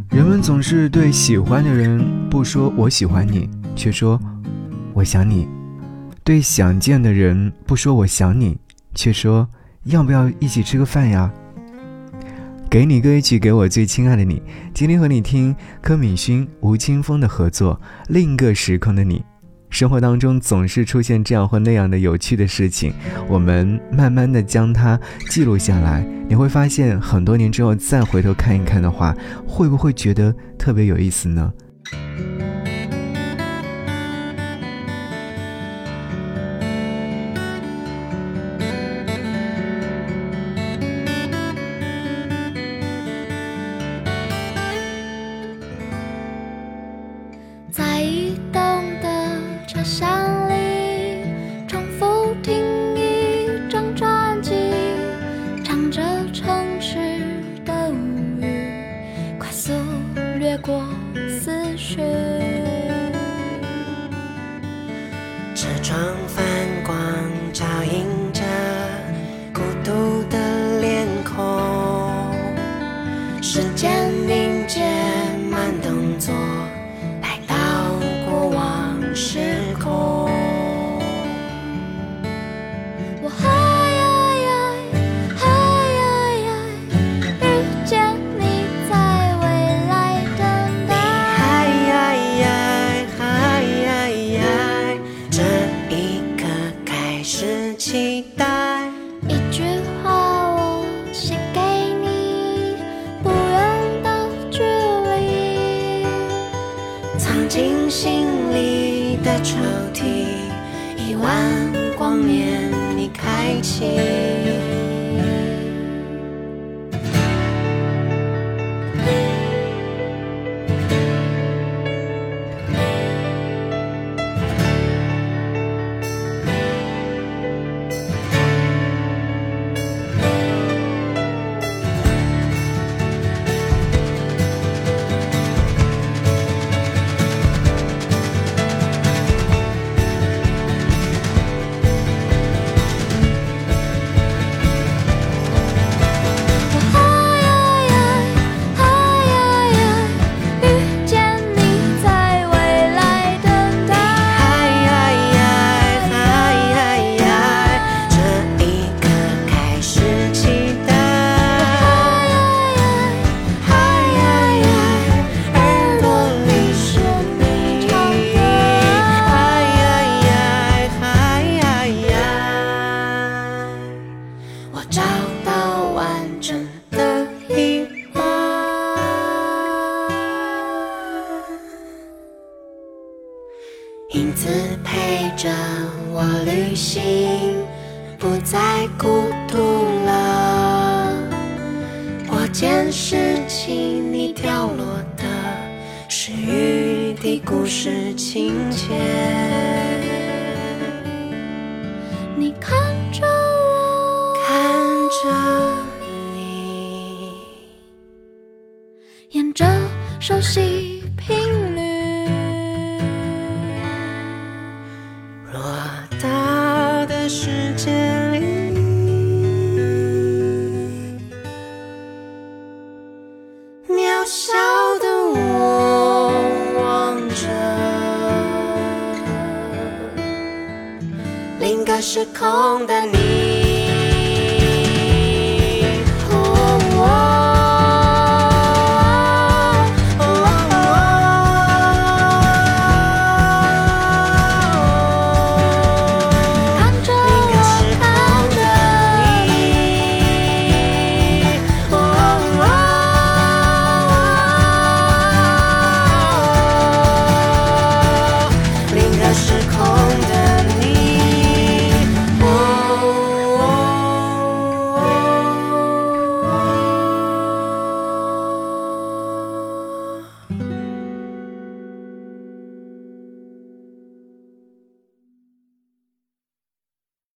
人们总是对喜欢的人不说我喜欢你，却说我想你；对想见的人不说我想你，却说要不要一起吃个饭呀？给你歌一曲，给我最亲爱的你。今天和你听柯敏勋、吴青峰的合作《另一个时空的你》。生活当中总是出现这样或那样的有趣的事情，我们慢慢的将它记录下来，你会发现很多年之后再回头看一看的话，会不会觉得特别有意思呢？ 在移动的车厢里，重复听一张专辑，唱着城市的无语，快速掠过思绪。 车窗反光照映着孤独的脸孔，时间凝结慢动作时空， 我遇见你在未来等待，这一刻开始期待。 一句话我写给你，不远的距离， 藏进心里的抽屉，1万光年你开启。影子陪着我旅行，不再孤独了。我监视起你掉落的是雨的故事情节。 你看着我， 看着你， 沿着熟悉频率。 偌大的世界里，渺小的我望着另个时空的你。